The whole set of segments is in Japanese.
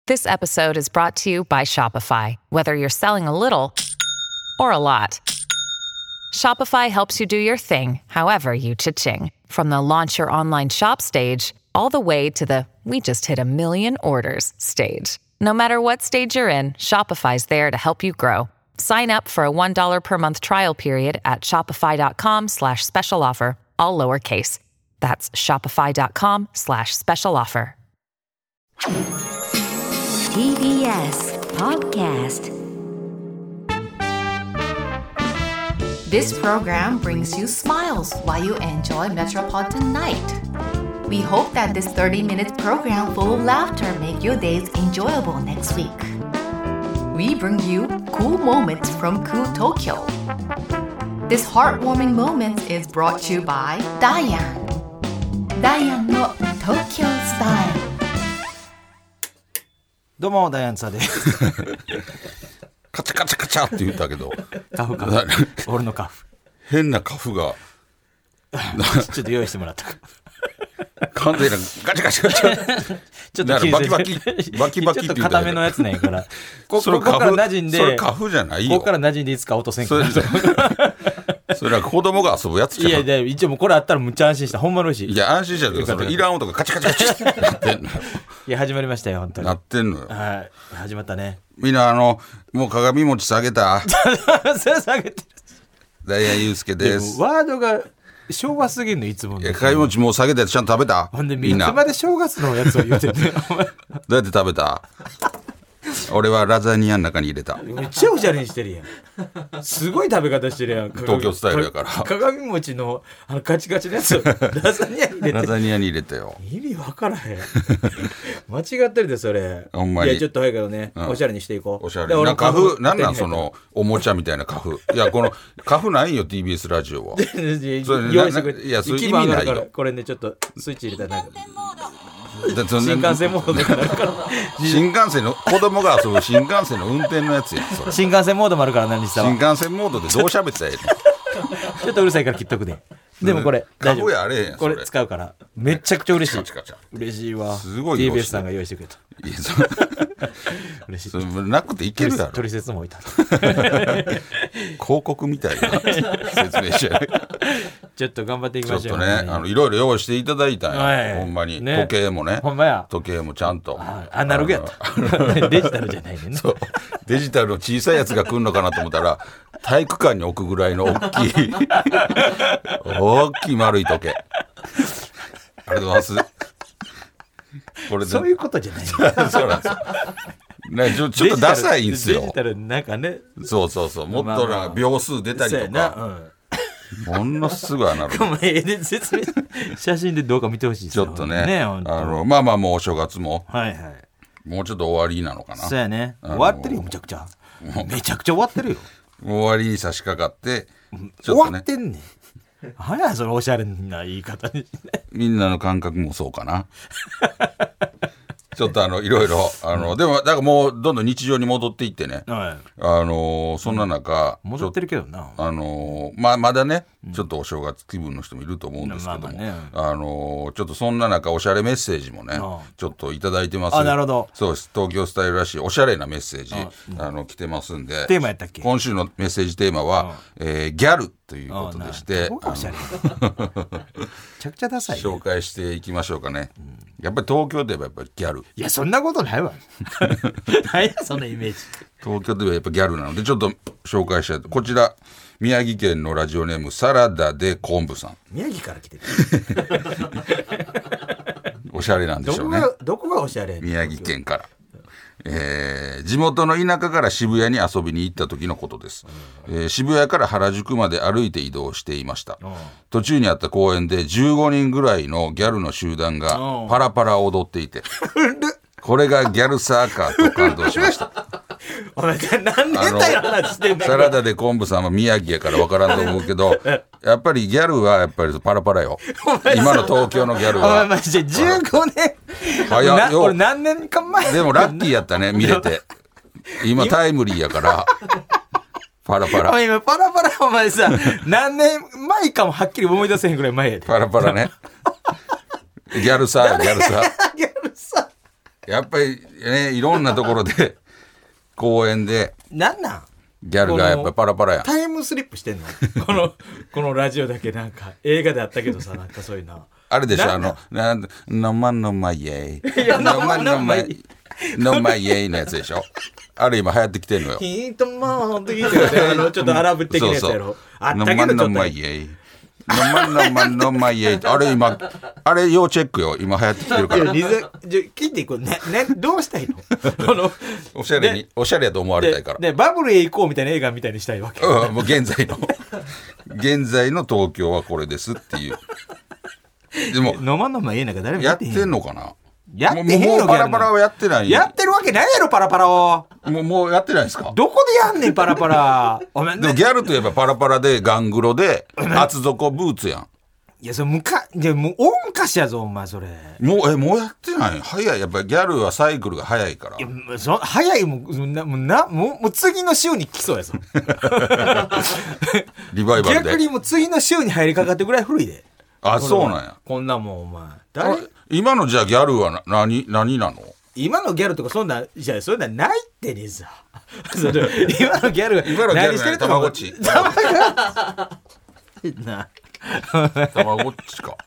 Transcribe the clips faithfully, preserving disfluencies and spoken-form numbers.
This episode is brought to you by Shopify. Whether you're selling a little or a lot, Shopify helps you do your thing, however you cha-ching. From the launch your online shop stage, all the way to the we just hit a million orders stage. No matter what stage you're in, Shopify's there to help you grow. Sign up for a one dollar per month trial period at shopify.com slash special offer, all lowercase. That's shopify.com slash special offer. ティービーエス Podcast. This program brings you smiles while you enjoy Metropolitan Night. We hope that this thirty-minute program full of laughter make your days enjoyable next week. We bring you cool moments from cool Tokyo. This heartwarming moment is brought to you by Diane. Diane の Tokyo Style. どうもダイアンツァですカチャカチャカチャって言ったけどカフカフ俺のカフ変なカフがちょっと用意してもらった完全にガチャガチャガチャちょっとバキバキバキバキって言ったけどちょっと固めのやつねからこそれここから馴染んでそれカフじゃないよここから馴染んでいつか落とせんかなそれは子供が遊ぶやつじゃん。 いやいや一応もうこれあったらむっちゃ安心したほんまのおいしいいや安心しちゃうけどそのいらん音がカチャカチャカチャってなってんのよいや始まりましたよ本当になってんのよはい始まったねみんなあのもう鏡餅下げたそれ下げてるダイアンユースケでですもワードが正月すぎんのいつものいや鏡餅もう下げてちゃんと食べたほんでみんないつまで正月のやつを言うてんねんお前どうやって食べた俺はラザニアの中に入れためっちゃおしゃれにしてるやんすごい食べ方してるやん東京スタイルやから鏡餅のあのカチカチのやつをラザニアに入れてラザニアに入れたよ意味分からへん間違ってるでそれほんまにいやちょっと早いけどね、うん、おしゃれにしていこうおしゃれなカフなんなんそのおもちゃみたいなカフいやこのカフないよ ティービーエス ラジオは用意してくれいやそういう意味ないよこれねちょっとスイッチ入れたらなんか新幹線モードだから新幹線の子供が遊ぶ新幹線の運転のやつやそれ新幹線モードもあるから何した新幹線モードでどう喋ってたらええのちょっとうるさいから切っとくででもこれ大丈夫カフやあれやんこれ使うからめちゃくちゃ嬉しいカチカチカチ嬉しいわすごいティービーエス さんが用意してくれたいやそ嬉しいそれなくていけるやろ取説も置いた広告みたいな説明しちゃうちょっと頑張っていきちょっましょうとねあのいろいろ用意していただいたんや、 はいほんまに、 ね時計もねほんまや時計もちゃんとアナログやったデジタルじゃないねんなそうデジタルの小さいやつが来るのかなと思ったら体育館に置くぐらいの大きい大きい丸い時計ありがとうございますこれそういうことじゃないそうなんですよね、ちょ, ちょっとダサいんですよデジタルなんかねそうそうそうもっとなんか秒数出たりとか、ものすごいアナログお前で説明写真で動画見てほしいですよちょっとねねあのまあまあもうお正月も、 はいはい、 もうちょっと終わりなのかなそうやね終わってるよめちゃくちゃめちゃくちゃ終わってるよ終わりに差し掛かってちょっと、ね、終わってんねんはやそのおしゃれな言い方にみんなの感覚もそうかなちょっとあのいろいろあの、うん、でもだからもうどんどん日常に戻っていってね、はい、あのそんな中、 うん、戻ってるけどなあのままだね、うん、ちょっとお正月気分の人もいると思うんですけども、まあまあね、あのちょっとそんな中おしゃれメッセージもね、うん、ちょっといただいてます。 あ、なるほど。 そうです。東京スタイルらしいおしゃれなメッセージ、うん、あの来てますんで。 テーマやったっけ？ 今週のメッセージテーマは、うんえー、ギャルということでして、 どこがおしゃれめちゃくちゃダサい、ね、 紹介していきましょうかね。うん、やっぱり東京といえばやっぱりギャル。 いやそんなことないわ。何やそのイメージ。 東京といえばやっぱギャルなのでちょっと紹介したいとこちら宮城県のラジオネームサラダで昆布さん。 宮城から来てる。 おしゃれなんでしょうね。 どこが、どこがおしゃれ？ 宮城県から。えー、地元の田舎から渋谷に遊びに行った時のことです、うんえー、渋谷から原宿まで歩いて移動していました、うん、途中にあった公園でじゅうごにんぐらいのギャルの集団がパラパラ踊っていて、うん、これがギャルサーカーと感動しましたお前何年だよ話してんだよ。 サラダで昆布さんは宮城やから分からんと思うけどやっぱりギャルはやっぱりパラパラよ今の東京のギャルは。 お前マジでじゅうごねん早っよ。これ何年か前でもラッキーやったね見れて今タイムリーやからパラパラ。 お前今パラパラお前さ何年前かもはっきり思い出せへんぐらい前やで。 パラパラねギャルさギャルさギャルさやっぱりねいろんなところで公演でなんなんギャルがやっぱりパラパラやん。 タイムスリップしてんのこのこのラジオだけなんか映画であったけどさ、なんかそういうのあれでしょ、あのなんのまのまイエイのまのまのまイエイのやつでしょ。あれ今流行ってきてるのよ。 ヒートマンって言ってるあのちょっとアラブ的なやつやろ。 そうそうあったけどちょっとのまのまイエイのまのまのまイエイあれ今あれ要チェックよ、今流行ってきてるから。 リズじゃ聞いていこうねねどうしたいのこのおしゃれにおしゃれやと思われたいから。 でバブルへ行こうみたいな映画みたいにしたいわけ、 うん、もう現在の現在の東京はこれですっていう。でも飲まんのまええなんか誰もやってやってへんんのかな。 やってへんよもうもうパラパラはやってない。 やってるわけないやろパラパラを。 もうもうやってないですか。 どこでやんねんパラパラ。お前でもギャルといえばパラパラでガングロで厚底ブーツやん。 いやそれむかでもう大昔やぞお前それ。 もうえもうやってない。早い。やっぱりギャルはサイクルが早いから。 いやもうそ早いもうなもうなもうもう次の週に来そうやぞ。 リバイバルで。 逆にもう次の週に入りかかってぐらい古いで。 あ、そうなんや。 こんなもんお前あ誰今のじゃあギャルはな何何なの。 今のギャルとかそんなじゃそういうのはないってねさ。それ今のギャルが今のギャル何してるとかたまごっち。 なたまごっちか。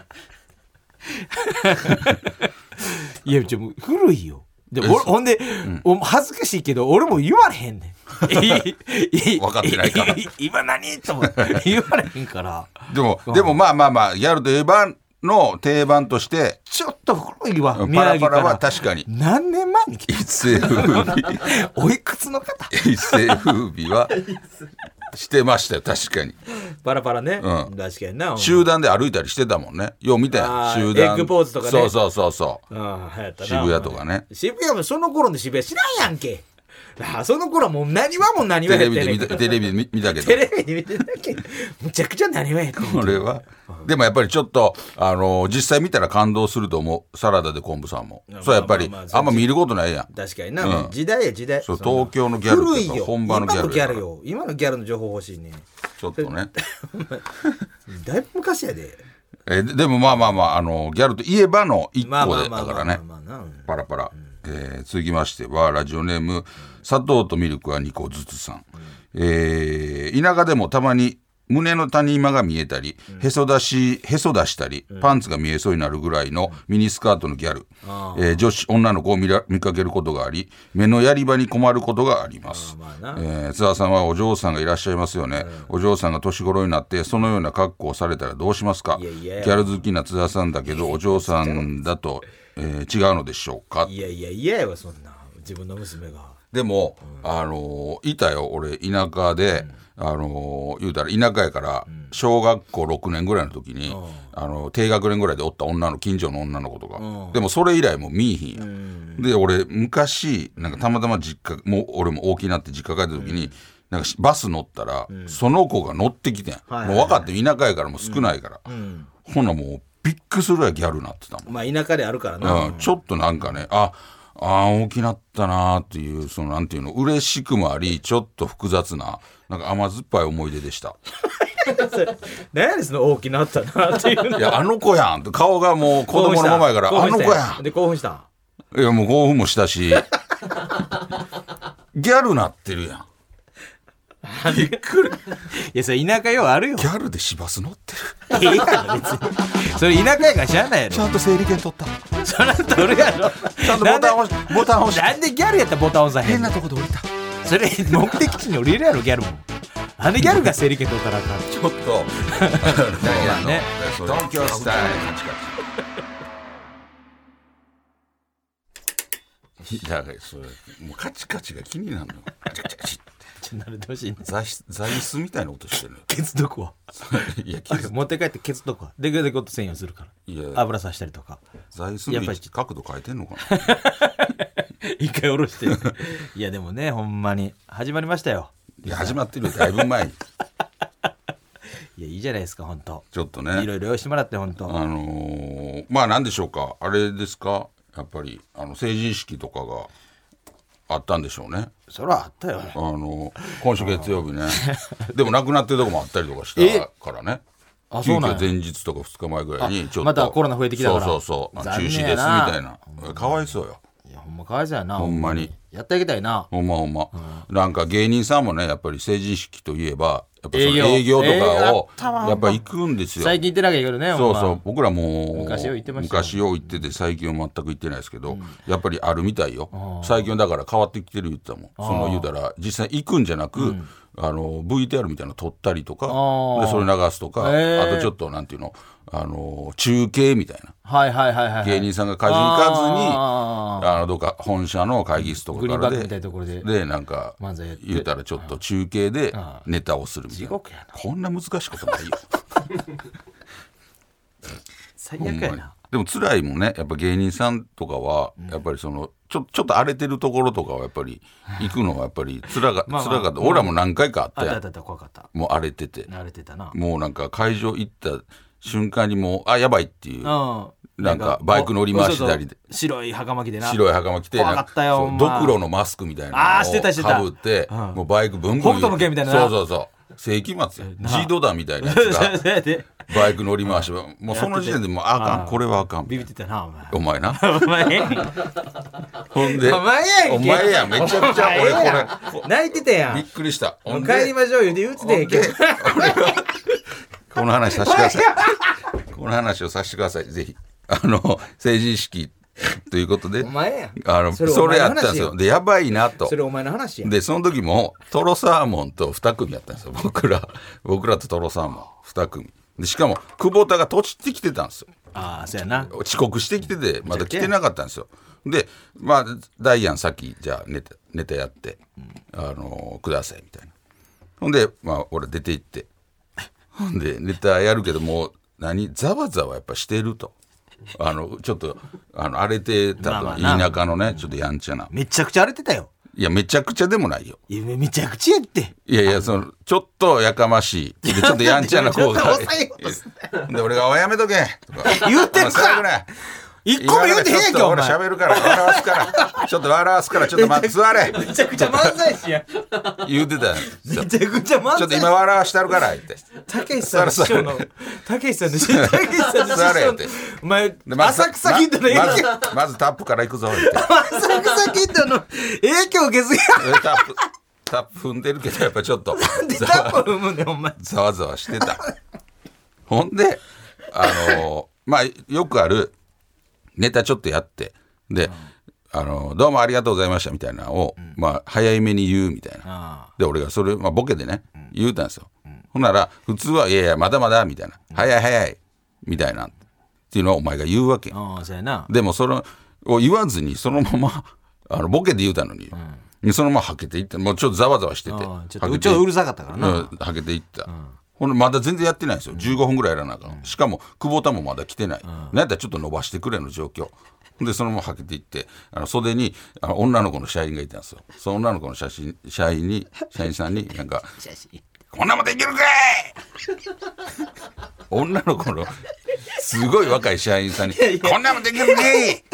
いやちょもう古いよ。で俺ほんで、うん、恥ずかしいけど俺も言われへんねん。 分かってないから今何とも言われへんから。 でもでもまあまあまあギャルといえばの定番としてちょっと古いわ。 パラパラは確かに何年前に来た一世風靡おいくつの方一世風靡はしてましたよ。確かにパラパラね、 うん、 確かにな。 集団で歩いたりしてたもんね。よう見たよ集団。 エッグポーズとかね。 そうそうそうそう、 あ流行ったな渋谷とかね。 渋谷もその頃の渋谷知らんやんけ。あその頃はもう何はもう何はテやってレビで見たテレビで見見たけどテレビで見てたけどむちゃくちゃ何はやってんこれはでもやっぱりちょっとあのー、実際見たら感動すると思う。サラダで昆布さんもそうやっぱり、まあまあまあ、あんま見ることないやん。 確かにな、うん、時代や時代。 そう東京のギャル古いよ。 本場のギャル。 今のギャルよ。今のギャルの情報欲しいね。 ちょっとねだいぶ昔やで。 えでもまあまあまあ、あのギャルといえばの一個でだからね。パラパラ、うんえー、続きましてはラジオネーム砂糖とミルクはにこずつさん、うんえー、田舎でもたまに胸の谷間が見えたり、うん、へそ出しへそ出したり、うん、パンツが見えそうになるぐらいのミニスカートのギャル、うんえー、女子女の子を 見, ら見かけることがあり目のやり場に困ることがあります。まあえー、津田さんはお嬢さんがいらっしゃいますよね、うん、お嬢さんが年頃になってそのような格好をされたらどうしますか。いやいやギャル好きな津田さんだけどお嬢さんだと、えー、違うのでしょうか。 いやいやいややわそんな自分の娘が。 でも、うん、あのー、いたよ俺田舎で、うん、あのー、言うたら田舎やから小学校ろくねんぐらいの時に、うん、あのー、低学年ぐらいでおった女の近所の女の子とか、うん、でもそれ以来もう見いひんや、うん、で俺昔なんかたまたま実家もう俺も大きくなって実家帰った時に、うん、なんかバス乗ったら、うん、その子が乗ってきてん、はいはいはい、もう分かって田舎やからもう少ないから、うんうん、ほなもうびっくりするぐらいギャルなってたもん。 まあ田舎であるからな、 うん、ちょっとなんかねああー大きなったなーっていうそのなんていうの嬉しくもありちょっと複雑ななんか甘酸っぱい思い出でした。 何やねんその大きなったなっていうの。 いやあの子やんって顔がもう子供のままやからあの子やんで興奮した。 いやもう興奮もしたしギャルなってるやん。びっくり。いやそれ田舎ようあるよ。 ギャルで市バス乗ってる。 いや別にそれ田舎やから知らないやろ。 ちゃんと整理券取った。 そら取るやろ。 ちゃんとボタン押しボタン押しなんでギャルやったらボタン押さへん。 変なとこで降りた。 それ目的地に降りるやろギャルも。なんでギャルが整理券取ったらあかん。 ちょっとね東京スタイル。だからそれもうカチカチが気になるの。カチカチカチ。 慣れてほしいね。 座椅子みたいな音してるのよ。 ケツどこは。 いや持って帰ってケツどこは。できるだけ音専用するから。いや油さしたりとか。 座椅子の位置角度変えてんのかな。 一回下ろして。いやでもねほんまに始まりましたよ。 いや始まってるよだいぶ前に。 いやいいじゃないですか本当。 ちょっとね。 いろいろ用意してもらって本当。 あのー、まあなんでしょうかあれですかやっぱりあの成人式とかが。あったんでしょうね。 そらあったよ。 あの今週月曜日ね。でも亡くなってるとこもあったりとかしたからね。あそうなんや。前日とかふつかまえぐらいにちょっとまたコロナ増えてきたから。 そうそうそう中止ですみたいな。かわいそうよ。 やほんまかわいそうやな。 ほんまにやってあげたいな。 ほんまほんま、うん、なんか芸人さんもねやっぱり成人式といえばやっぱその営業営業とかを営業あったわやっぱ行くんですよ。 最近行ってなきゃいけどね。 そうほんまそう僕らも昔よう行ってましたよ昔よう行ってて最近は全く行ってないですけど、うん、やっぱりあるみたいよ。最近だから変わってきてる言ってたもん。その言うたら実際行くんじゃなく、うん、あの ブイティーアール みたいなの撮ったりとかでそれ流すとか、 えー、 あとちょっとなんていうのあの中継みたいな、 はいはいはいはい、 芸人さんが会場に行かずにあのどっか本社の会議室とかからででなんか言うたらちょっと中継でネタをするみたいな。こんな難しいことないよ最悪やな。 でも辛いもんねやっぱ芸人さんとかはやっぱりそのちょ, ちょっと荒れてるところとかはやっぱり行くのはやっぱり辛がまあ、まあ、辛かった。俺らも何回かあってあったあった怖かった。 もう荒れてて荒れてたな。 もうなんか会場行った瞬間にもうあやばいっていう、うん、なんかバイク乗り回したりで白い袴着でな白い袴着て怖かったよ。 ドクロのマスクみたいなのをかぶって、うん、もうバイクブンブン北斗の拳みたいなそうそうそう世紀末よジードダンみたいなやつがバイク乗り回しもうその時点でもうあかんこれはあかんビビってたなお前お前なお前ほんでお前やんお前やめちゃくちゃ俺これ泣いてたやん。 びっくりした。 もう帰りましょうよで言うててんけどこの話させてくださいこの話をさせてくださいぜひあの成人式ということでお前やんあの そ, れそれやったんですよ。でやばいなとそれお前の話やん。 でその時もトロサーモンとに組やったんですよ僕ら僕らとトロサーモンに組でしかも久保田がとちってきてたんですよ。 ああそうやな遅刻してきててまだ来てなかったんですよ。でまあダイアンさっきじゃあネタネタやって、うん、あのくださいみたいな。ほんでまあ俺出て行ってほんでネタやるけども何ざわざわやっぱしてるとあのちょっとあの荒れてたと、まあまあ、田舎のねちょっとやんちゃなめちゃくちゃ荒れてたよ。 いやめちゃくちゃでもないよ。 いやめちゃくちゃやっていやいやそのちょっとやかましいでちょっとやんちゃな子がで俺が「おやめとけ」とか言うてんか一個も言うてへんやんけお前。 俺喋るから笑わすからちょっと笑わすからちょっと待って座れめちゃくちゃ漫才師やん言うてためちゃくちゃ漫才師ちょっと今笑わしてあるから言ってたけしさんの師匠のたけしさんの師匠の師匠のお前浅草キッドの影響ま, ま, ずまずタップから行くぞって浅草キッドの影響受けすぎやタップタップ踏んでるけどやっぱちょっとなんでタップ踏むねんお前ざわざわしてたほんであのまあよくあるネタちょっとやってで、うん、あのどうもありがとうございましたみたいなのを、うん、まあ早いめに言うみたいなで俺がそれ、まあ、ボケでね、うん、言うたんですよ、うん、ほんなら普通はいやいやまだまだみたいな、うん、早い早いみたいなっていうのをお前が言うわけ。 あそうやな。 でもそれを言わずにそのままあのボケで言うたのに、うん、そのままはけていってもうちょっとざわざわしててちょっとうちはうるさかったからな、 うん、はけていった、うんほんでまだ全然やってないんですよ。じゅうごふんぐらいやらなあかん、うん、しかも久保田もまだ来てない、うん、なんやったらちょっと伸ばしてくれの状況でそのままはけていってあの袖にあの女の子の社員がいたんですよ。その女の子の写真社員に社員さんになんかこんなもんできるかい女の子のすごい若い社員さんにこんなもんできるかいい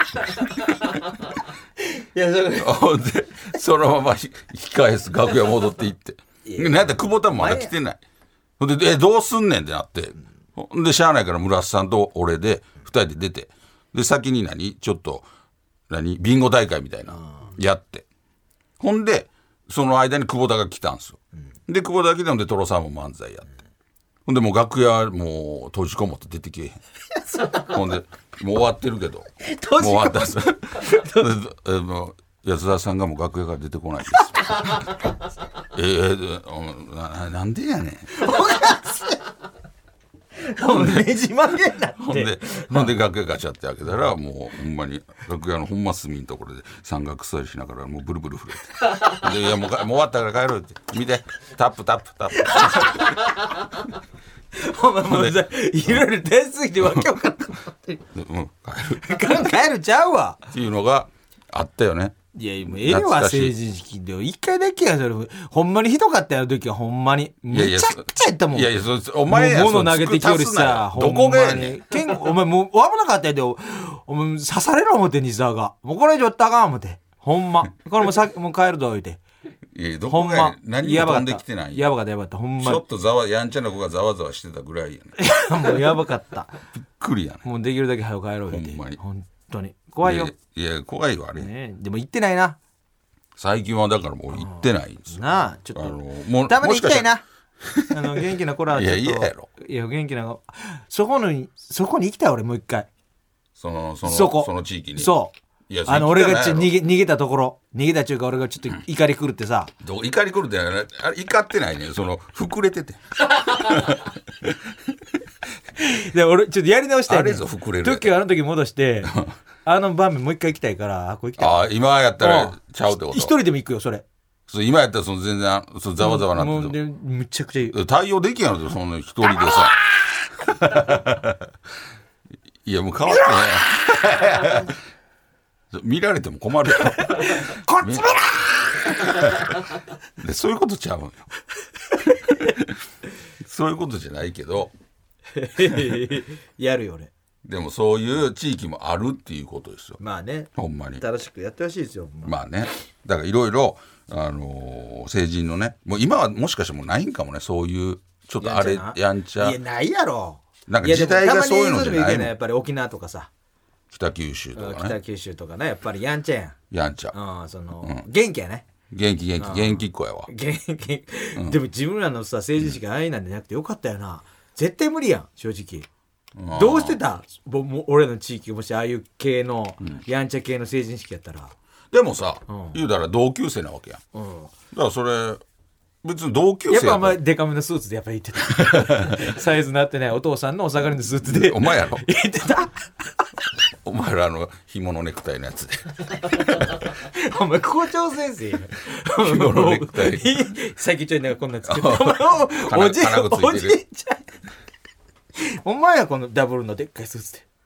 やそれでそのまま引き返す楽屋戻っていってなんやったら久保田もまだ来てない。ほんでえどうすんねんってなってほんでしゃあないから村瀬さんと俺でふたりで出てで先に何ちょっと何ビンゴ大会みたいなやってほんでその間に久保田が来たんですよ、うん、で久保田が来たのでトロさんも漫才やって、うん、ほんでもう楽屋もう閉じこもって出てけえへんほんでもう終わってるけどもう終わったんです安田さんがもう楽屋から出てこないですえー、な, なんでやねんほんでねじ曲げんなってほんでほんで楽屋ガチャって開けたらもうほんまに楽屋のほんま隅のところで山岳座りしながらもうブルブル震えてでいやもうもう終わったから帰ろうって見てタップタップタップお前もうさいろいろ出すぎてわけわかんなかったうん帰る帰るちゃうわっていうのがあったよね。 いやもうええわ成人式で一回だけやそれほんまにひどかったやる時はほんまにめちゃくちゃやったもん。 いやいやそお前や物投げてきよりさどこがやねんけんお前もう危なかったやでお前刺される思って西沢がもうこれ以上ったらあかん思ってほんまこれもうさもう帰ると言うていやどこがやねん何も飛んできてないやばかったやばかったほんまちょっとざわやんちゃな子がざわざわしてたぐらいやねもうやばかったびっくりやねもうできるだけ早く帰ろう言うてほんまに本当に怖いよ。 いや怖いわあれ、 ね、でも行ってないな。 最近はだからもう行ってないんですよ。 なあちょっとあのもうたまに行きたいもしかな。あの元気な子らはちょっといや嫌やろ。 いや元気なそこのそこに行きたい俺もう一回。 そのそのそこその地域に。 そういやあの俺がちょ逃げ逃げたところ逃げた中か俺がちょっと怒り狂ってさど怒り狂ってないあれ怒ってないねその膨れててで俺ちょっとやり直したい、ね、 あれぞ膨れる時はあの時戻してあの場面もう一回行きたいからあこれ行きたい。 あ今やったらちゃうってこと。 一人でも行くよそれ。 そう今やったらその全然そうざわざわなってもうでむちゃくちゃいい。 対応できんやろその一人でさいやもう変わってね見られても困るよこっち見ろでそういうことちゃうんよそういうことじゃないけどやるよ俺。 でもそういう地域もあるっていうことですよ。 まあねほんまに正しくやってほしいですよ。 まあねだからいろいろあのー成人のねもう今はもしかしてもうないんかもねそういうちょっとあれやんちゃいやないやろ。 なんか時代がそういうのじゃないいやでもたまに映るけどのやっぱり沖縄とかさ北九州とかね北九州とかねやっぱりやんちゃやん。 やんちゃうんその、うん、元気やね。 元気元気元気っ子やわ元気、うん、でも自分らのさ成人式ああいうなんじゃなくてよかったよな。絶対無理やん正直。どうしてたもも俺の地域もしああいう系の、うん、やんちゃ系の成人式やったら。 でもさ、うん、言うたら同級生なわけやん、うん、だからそれ別に同級生やっぱあんまデカめのスーツでやっぱり行ってたサイズなってねお父さんのお下がりのスーツでお前やろ行ってたお前らの紐のネクタイのやつでお前校長先生紐のネクタイ最近ちょいなんかこんなんつけておじいちゃんお前はこのダブルのでっかいスーツで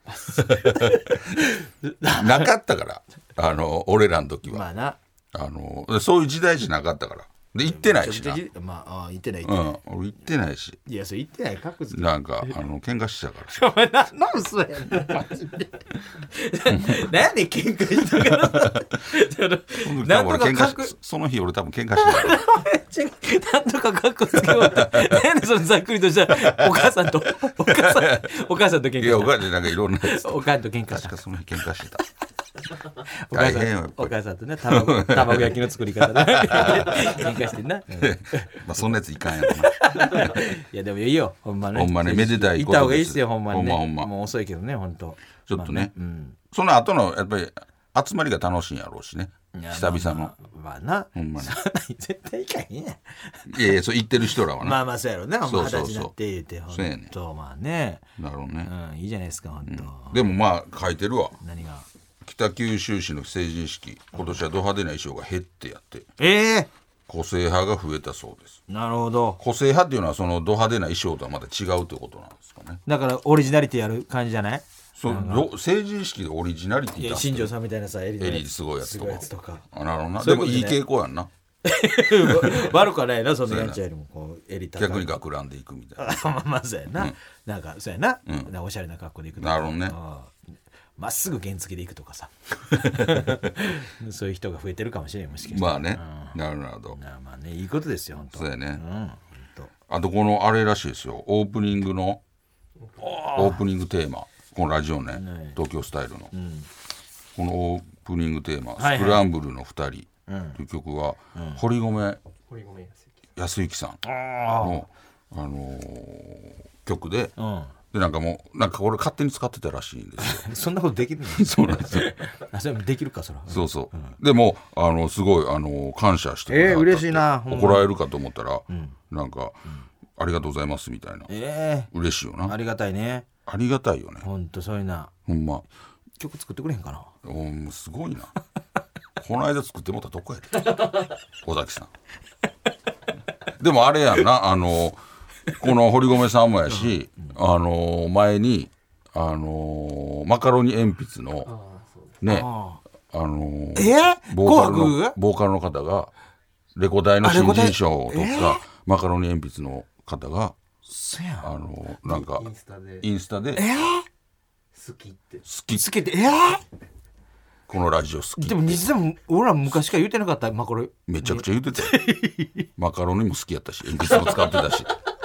なかったからあの俺らの時は、 まあなあのそういう時代じゃなかったからで行ってないしな。 まああ行ってない行ってない、 うん、俺行ってないし。 いやそれ行ってない確実なんかあの喧嘩してたからお前何の嘘やねんマジで何で喧嘩したからなんとか隠その日俺多分喧嘩してたなんとかカッコつけようって何でそのざっくりとしたお母さんとお母さんお母さんと喧嘩した。 いやお母さんなんかいろんなやつお母さんと喧嘩した。 確かその日喧嘩してたお母さんお母さんとね卵卵焼きの作り方で喧嘩してんな、うん、 まあそんなやついかんやろな。 いやでもいいよほんまね。 ほんまねめでたいことです。 行った方がいいっすよほんまにね。 ほんまほんまもう遅いけどねほんとちょっとね、 まあ、うん、 その後のやっぱり集まりが楽しいんやろうしね久々の。 まあなほんまに絶対行かへんやん。 いやいやそう言ってる人らはなまあまあそうやろね。 そうそうそう二十歳になって言うてほんとまあねなるほどね、 うん、いいじゃないですかほんと、 うん、でもまあ書いてるわ。 何が北九州市の成人式今年はド派手な衣装が減ってやってええー、 個性派が増えたそうです。 なるほど。 個性派っていうのはそのド派手な衣装とはまた違うということなんですかね。 だからオリジナリティやる感じじゃない。 そう成人式でオリジナリティいや新庄さんみたいなさエリエリすごいやつとかやつとかあなるほどな。でもいい傾向やんな悪くはないなそのやんちゃよりもこうエリ高い逆に学ランでいくみたいなまあまあそうやな、うん、なんかそうやな、 うん、 なおしゃれな格好でいくとかなるほどね。 まっすぐ原付でいくとかさそういう人が増えてるかもしれんもしかして。 まあね、 うん、 なるほど。 まあねいいことですよ本当。 そうやね、 うん、 あとこのあれらしいですよオープニングのオープニングテーマこのラジオね、ね東京スタイルの、うん、このオープニングテーマ、はいはい、スクランブルのふたりという曲は、うん、堀米康之さんの、あのー、曲で、うんでなんかもうなんかこれ勝手に使ってたらしいんですよそんなことできるのそうなんですよあそれもできるかそれそうそう、うん、でもあのすごいあの感謝してえー、嬉しいな怒られるかと思ったら、うん、なんか、うん、ありがとうございますみたいな、えー、嬉しいよな。 ありがたいねありがたいよねほんとそういうなほんま曲作ってくれへんかな。 おすごいなこの間作ってもらったとこやで尾崎さんでもあれやんなあのこの堀米さんもやし、うん、あのー、前に、あのー、マカロニ鉛筆のねあ、あのーえー、 ボーカルのボーカルの方がレコ大の新人賞を取った、えー、マカロニ鉛筆の方があのー、なんかインスタでインスタで、 えー、 好きって好き好きってえー、 このラジオ好きってでも実は俺ら昔から言ってなかったマカロニめちゃくちゃ言ってたマカロニも好きやったし鉛筆も使ってたし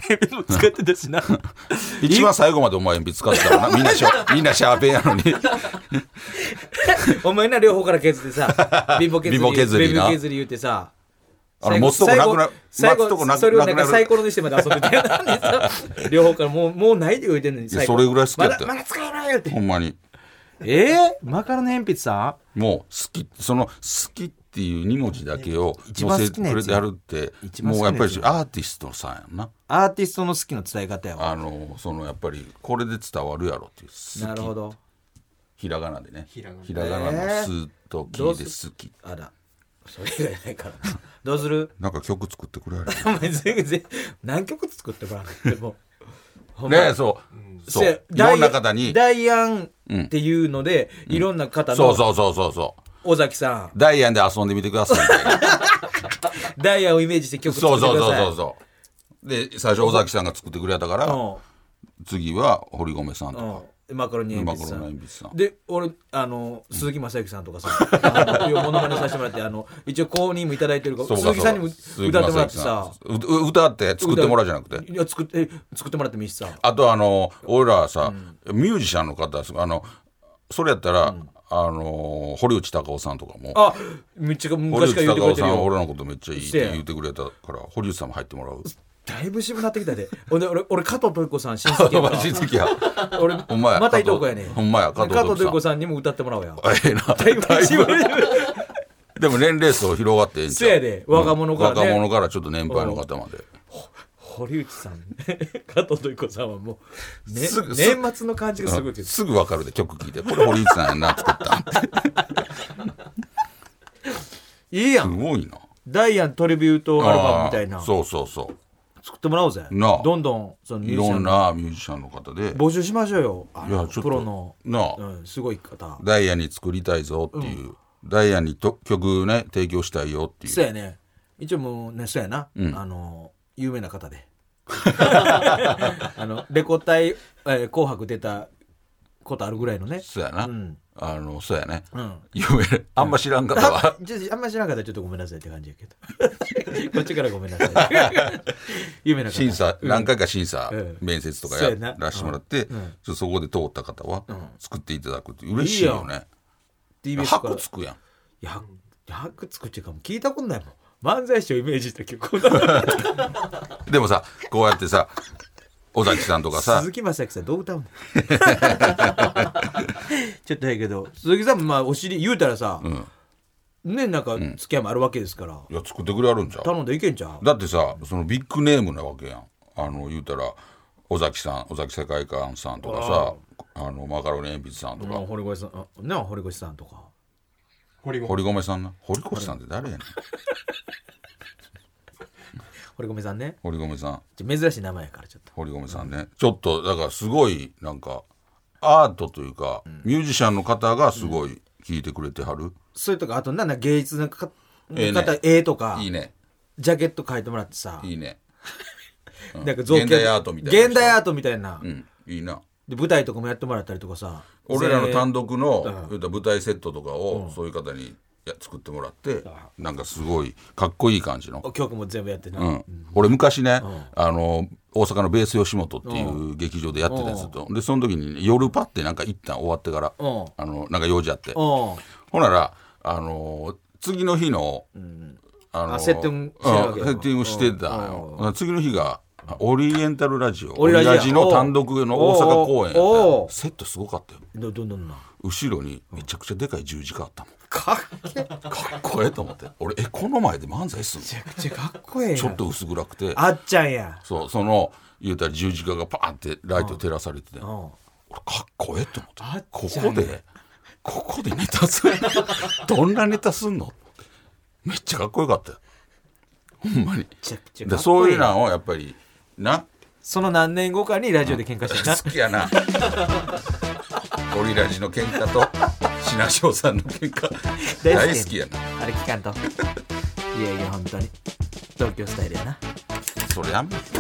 鉛筆も使ってたしな一番最後までお前鉛筆使ってたからなみんなシャみんなシャーペンやのにお前な両方から削ってさ貧乏削り貧乏削りな貧乏削り言ってさあの持つとこなくな最後持つとこなくそれをなんなくなるかサイコロにしてまで遊んでたよなさ両方からもうもうないって言うてんのにいやそれぐらい好きやったよまだまだ使えないよってほんまにえー、マカロニ鉛筆さもう好きその好きっていうに文字だけを一番載せて好きなやつくれてやるって一番好もうきなやつやっぱりアーティストさんやんなアーティストの好きの伝え方やわあのそのやっぱりこれで伝わるやろっていう好きなるほどひらがなでねひらがなひらがなの「す」と「き」で好きあらそれ以外ないからなどうするなんか曲作ってくれやお前全然何曲作ってもらうのでもほんまねえそうそういダイろんな方にダイアンっていうので、いろんな方のそうそうそうそうそう尾崎さんダイアンで遊んでみてくださいみたいなダイアンをイメージして曲作そうってくださいそうそうそうそうで最初尾崎さんが作ってくれたから次は堀米さんとかうん、マカロニ鉛筆さマカロニん鉛筆さんで俺あの鈴木雅之さんとかさ、あのモノマネさせてもらってあの一応公認もいただいてるからそうか鈴木さんにもそう歌ってもらってさうう歌って作ってもらうじゃなくていや作って作ってもらってもいいしさあとあの俺らはさ、ミュージシャンの方あのそれやったら、あの堀内孝雄さんとかもあめっちゃ堀昔から言ってく内孝雄さんれてるよ俺のことめっちゃいいってせや言ってくれたから堀内さんも入ってもらうだいぶ渋なってきたで俺俺俺加藤登子さん親戚やから親戚や俺ほんまやまたいとこやねほんまや加藤加藤登登子さん子さんにも歌ってもらおうやええなだいぶ渋いでも年齢層広がってええんちゃうせやで若者からね若者からちょっと年配の方まで堀内さん加藤登子さんはもう、ね、 すぐ年末の感じがすごいけどすぐ分かるで曲聴いてこれ堀内さんやな作ったすいいやんごいなダイアントリビュートアルバムみたいなあーそうそうそう作ってもらおうぜなあどんどんそのミュいろんージシャンのなミュージシャンの方で募集しましょうよあのいやちょっとプロの、 なあうん、すごい方ダイヤに作りたいぞっていう、ダイヤにと曲ね提供したいよっていうそうやね一応もうねそうやな、 うんあの有名な方であのレコ大、えー紅白出たことあるぐらいのねそうやな、 うんあのそうやね、 うん有名あんま知らん方はちょっとあんまり知らんかったらちょっとごめんなさいって感じやけどこっちからごめんなさい有名な方審査、 うん何回か審査、 うん面接とかやそうやならしてもらって、 うんうんちょっとそこで通った方は、 ん作っていただくって嬉しいよねティービーエス から箱つくやんいや白つくっていうかもう聞いたことないもん漫才師をイメージした曲でもさこうやってさ尾崎さんとかさ鈴木雅之さんどう歌うのちょっとやけど鈴木さんもまあお尻言うたらさ、ねなんか付き合いもあるわけですから、 いや作ってくれあるんちゃう頼んでいけんちゃうだってさそのビッグネームなわけやんあの言うたら尾崎さん尾崎世界観さんとかさあのマカロニ鉛筆さんとか、 うん堀越さんあね堀越さんとか堀米堀米さんな堀越さんって誰やねん堀米さんね堀米さんちょ珍しい名前やからちょっと堀米さんね、ちょっとだからすごいなんかアートというか、ミュージシャンの方がすごい聴いてくれてはる、 それとかあとなんだ芸術のかええね方絵とかいいねジャケット描いてもらってさいいね、うんなんか造形現代アートみたいな現代アートみたいな、 うんいいなで舞台とかもやってもらったりとかさ俺らの単独独の、 うん言うたら舞台セットとかを、そういう方にや作ってもらって、なんかすごいかっこいい感じの、 曲も全部やってな、 うん俺昔ね、あの大阪のベース吉本っていう劇場でやってたやつと、でその時に、ね、夜パッてなんか一旦終わってから、 うんあのなんか用事あって、 うんほならあの次の日の、あのあセッティングしてるわけうんセッティングしてたんよ、次の日がオリエンタルラジオオリラジオリラジの単独の大阪公演やおうおうったセットすごかったよどどんどんな後ろにめちゃくちゃでかい十字架あったもんかっけかっこええと思って俺えこの前で漫才すんめちゃくちゃかっこええやんのちょっと薄暗くてあっちゃんやそうその言うたら十字架がパーンってライト照らされてて、 うん俺かっこええと思ってあっこちゃんやこでここでネタするどんなネタすんのめっちゃかっこよかったよほんまにめちゃくちゃかでっこいいそういうのをやっぱりなその何年後かにラジオで喧嘩したな好きやなオリラジの喧嘩と品翔さんの喧嘩大好きやなあれ聞かんといやいや本当に東京スタイルやなそれやんしかし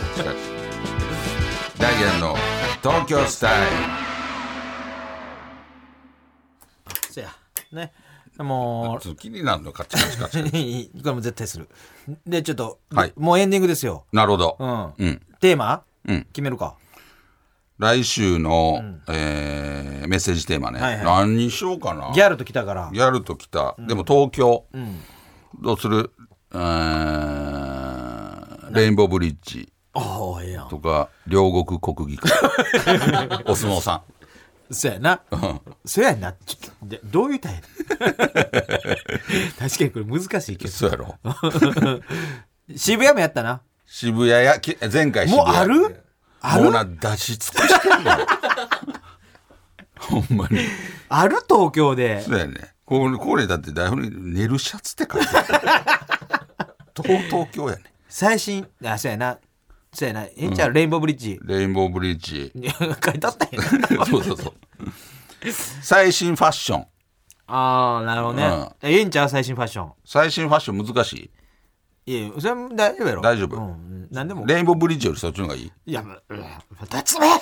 ダイアンの東京スタイそやねもう気になるのカチカチカチうこれも絶対するでちょっと、 はい、 もうエンディングですよ。 なるほど、 うんうん、 テーマ、 うん、 決めるか。 来週の、うんえー、メッセージテーマね、はいはい、何にしようかな。 ギャルと来たからギャルと来た、うん、でも東京、 うん、 どうする、えー、レインボーブリッジとか両国国技館お相撲さんそうやな、うん、そうやなちょっとでどういうタイプ確かにこれ難しいけどそうやろ渋谷もやったな。 渋谷や前回渋谷もうあるあるもうな出し尽くしてんのほんまにある東京で。 そうやねこれ、これだって台本に寝るシャツって書いてある東京やね最新あそうやなそうやなええんちゃう、うん、レインボーブリッジレインボーブリッジ書いてあったんやなそうそうそう最新ファッション。 ああなるほどね、うん、ええんちゃう最新ファッション。 最新ファッション難しい。 いやそれも大丈夫やろ。 大丈夫、 うん、何でもレインボーブリッジよりそっちの方がいい。 いや立つめ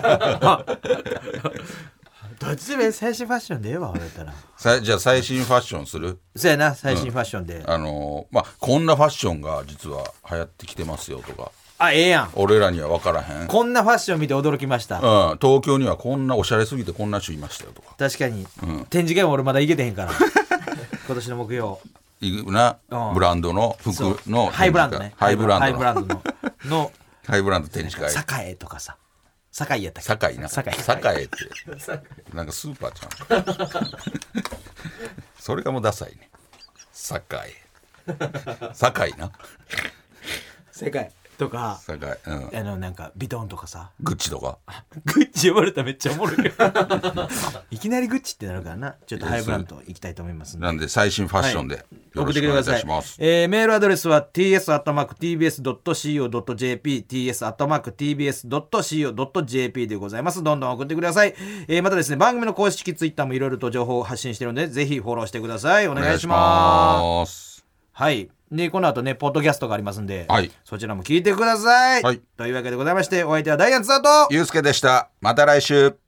立つめ最新ファッションでええわ俺だったらさじゃあ最新ファッションする。 そうやな最新ファッションで、 うん、あのー、まあこんなファッションが実は流行ってきてますよとか。 あええやん。 俺らには分からへんこんなファッション見て驚きました、 うん、東京にはこんなおしゃれすぎてこんな人いましたよとか。 確かに、うん、展示会も俺まだ行けてへんから今年の目標いくな、うん、ブランドの服のハイブランドねハイブランドのハイブランドののハイブランド展示会栄とかさ栄やったっけ。 栄な栄栄ってなんかスーパーちゃんそれがもうダサいね。栄栄な世界とか栄、うん、 あのなんかビトンとかさグッチとかグッチ呼ばれたらめっちゃおもろいけどいきなりグッチってなるからな。ちょっとハイブランド行きたいと思いますんで。 なんで最新ファッションで、はい、よろしくお願いいたします。 えー、メールアドレスは ティーエス アットマーク ティービーエス ドット シーオー ドット ジェーピー ティーエス アットマーク ティービーエス ドット シーオー ドット ジェーピー でございます。どんどん送ってください。えー、またですね番組の公式ツイッターもいろいろと情報を発信しているのでぜひフォローしてください。お願いします。はいでこの後ねポッドキャストがありますんで、 はい、 そちらも聞いてください、はい、というわけでございましてお相手はダイアンツだとゆうすけでした。また来週。